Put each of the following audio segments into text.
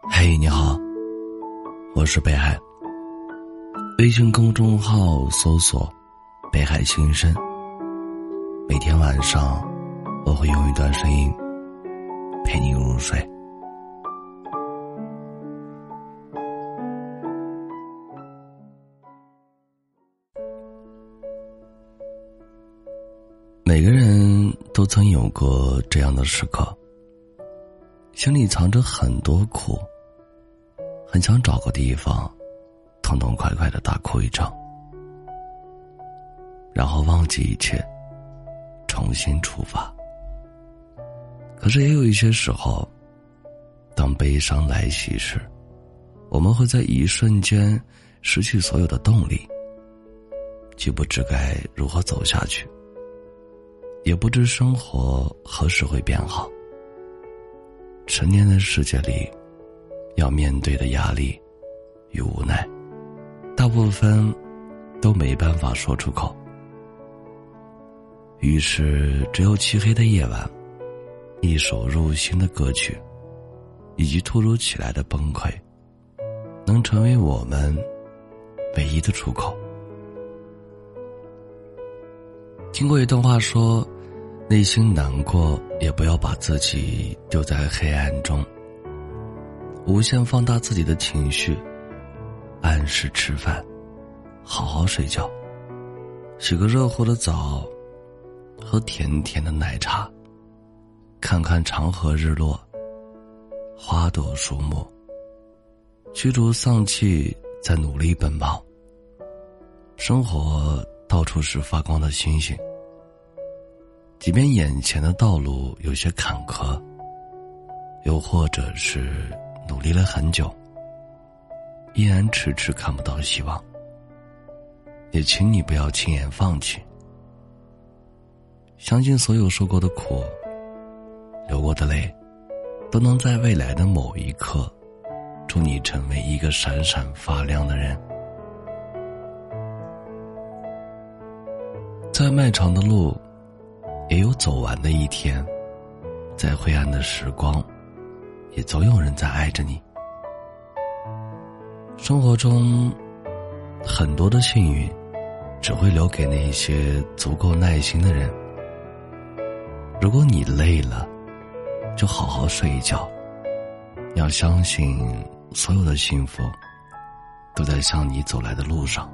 嘿，你好，我是北海。微信公众号搜索北海心声，每天晚上我会用一段声音陪你入睡。每个人都曾有过这样的时刻，心里藏着很多苦，很想找个地方痛痛快快地大哭一场，然后忘记一切，重新出发。可是也有一些时候，当悲伤来袭时，我们会在一瞬间失去所有的动力，既不知该如何走下去，也不知生活何时会变好。成年的世界里，要面对的压力与无奈，大部分都没办法说出口。于是只有漆黑的夜晚，一首入心的歌曲，以及突如其来的崩溃，能成为我们唯一的出口。听过一段话说，内心难过也不要把自己丢在黑暗中，无限放大自己的情绪，按时吃饭，好好睡觉，洗个热乎的澡，喝甜甜的奶茶，看看长河日落，花朵树木，驱逐丧气，在努力奔跑。生活到处是发光的星星，即便眼前的道路有些坎坷，又或者是努力了很久，依然迟迟看不到希望，也请你不要轻言放弃。相信所有受过的苦，流过的泪，都能在未来的某一刻，助你成为一个闪闪发亮的人。再漫长的路，也有走完的一天，在灰暗的时光，也总有人在爱着你。生活中很多的幸运，只会留给那些足够耐心的人。如果你累了，就好好睡一觉，要相信所有的幸福都在向你走来的路上。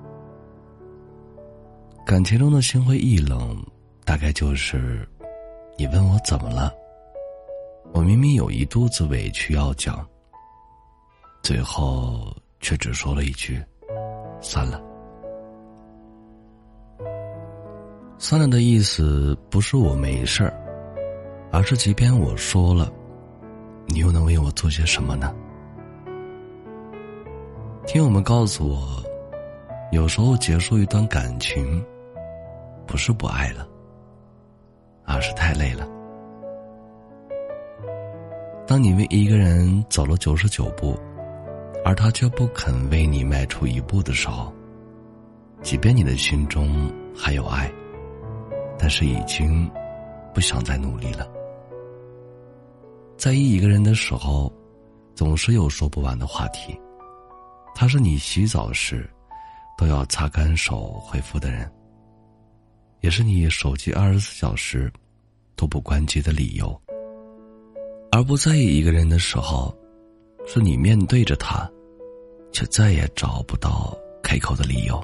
感情中的心灰意冷，大概就是你问我怎么了，我明明有一肚子委屈要讲，最后却只说了一句算了。算了的意思不是我没事儿，而是即便我说了，你又能为我做些什么呢？听友们告诉我，有时候结束一段感情，不是不爱了，而是太累了。当你为一个人走了99步，而他却不肯为你迈出一步的时候，即便你的心中还有爱，但是已经不想再努力了。在意一个人的时候，总是有说不完的话题。他是你洗澡时都要擦干手回复的人，也是你手机24小时都不关机的理由。而不在意一个人的时候，是你面对着他，却再也找不到开口的理由。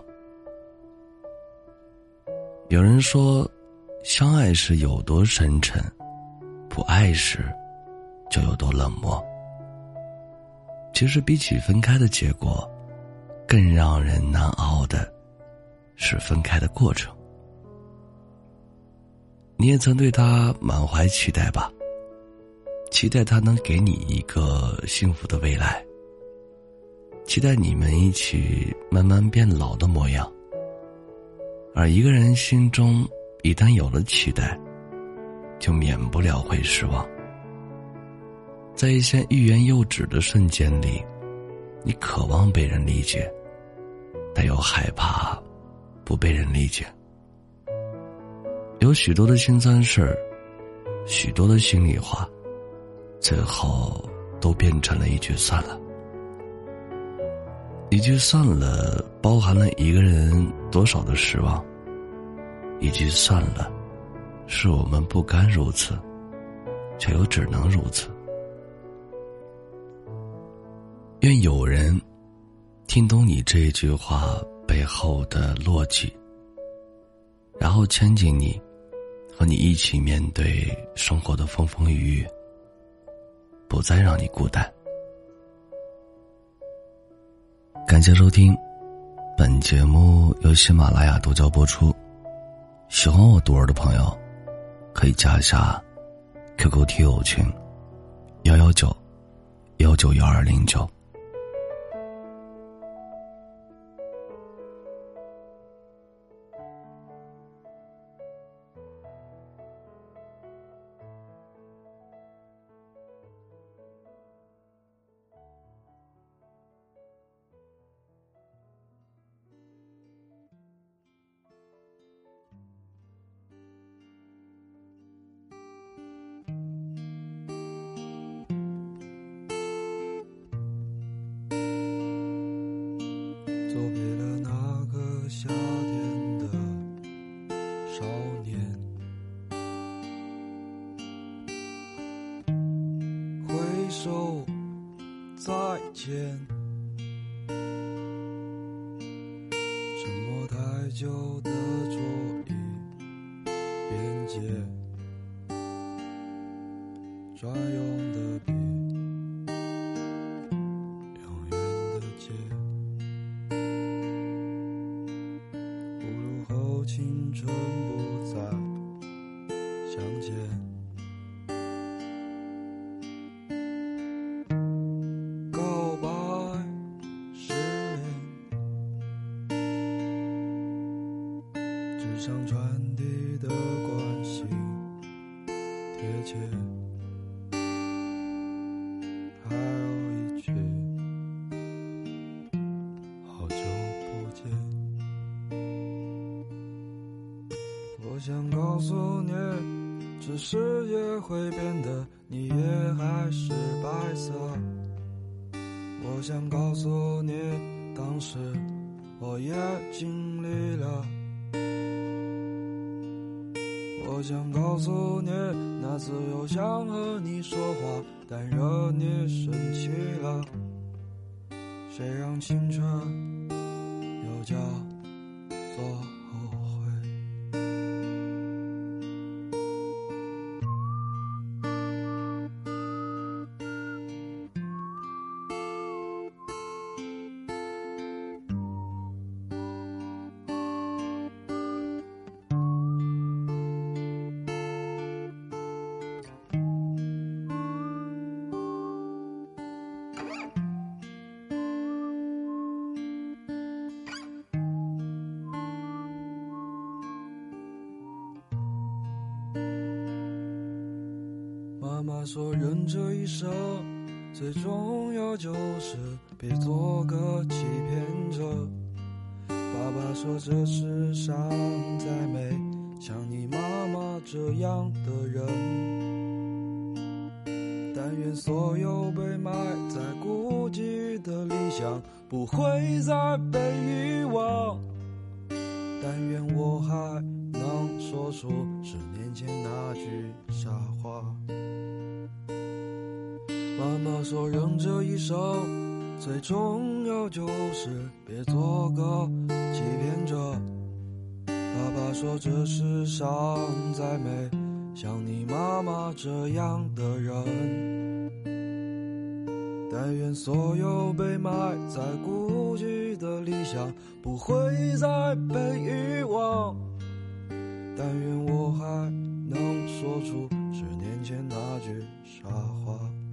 有人说，相爱时有多深沉，不爱时就有多冷漠。其实比起分开的结果，更让人难熬的是分开的过程。你也曾对他满怀期待吧，期待他能给你一个幸福的未来，期待你们一起慢慢变老的模样。而一个人心中一旦有了期待，就免不了会失望。在一些欲言又止的瞬间里，你渴望被人理解，但又害怕不被人理解。有许多的心酸事儿，许多的心里话，最后都变成了一句算了。一句算了包含了一个人多少的失望，一句算了是我们不甘如此，却又只能如此。愿有人听懂你这一句话背后的逻辑，然后牵紧你，和你一起面对生活的风风雨雨，不再让你孤单。感谢收听，本节目由喜马拉雅独家播出。喜欢我独儿的朋友，可以加一下 QQ 听友群119191209。 走遍了那个夏天的少年，挥手再见，沉默太久的桌椅边界，专用的笔，永远的街，青春不再相见，告白失恋，纸上传递的关心贴切，还有一句好久不见。我想告诉你，这世界会变得你也还是白色。我想告诉你，当时我也经历了。我想告诉你，那次又想和你说话，但惹你生气了。谁让青春又叫做后悔？妈妈说人这一生最重要就是别做个欺骗者。爸爸说这世上再没像你妈妈这样的人，但愿所有被埋在孤寂的理想不会再被遗忘，但愿我还能说出10年前那句傻话。妈妈说人这一生最重要就是别做个欺骗者。爸爸说这世上再没像你妈妈这样的人，但愿所有被埋在孤寂的理想不会再被遗忘，但愿我还能说出10年前那句傻话。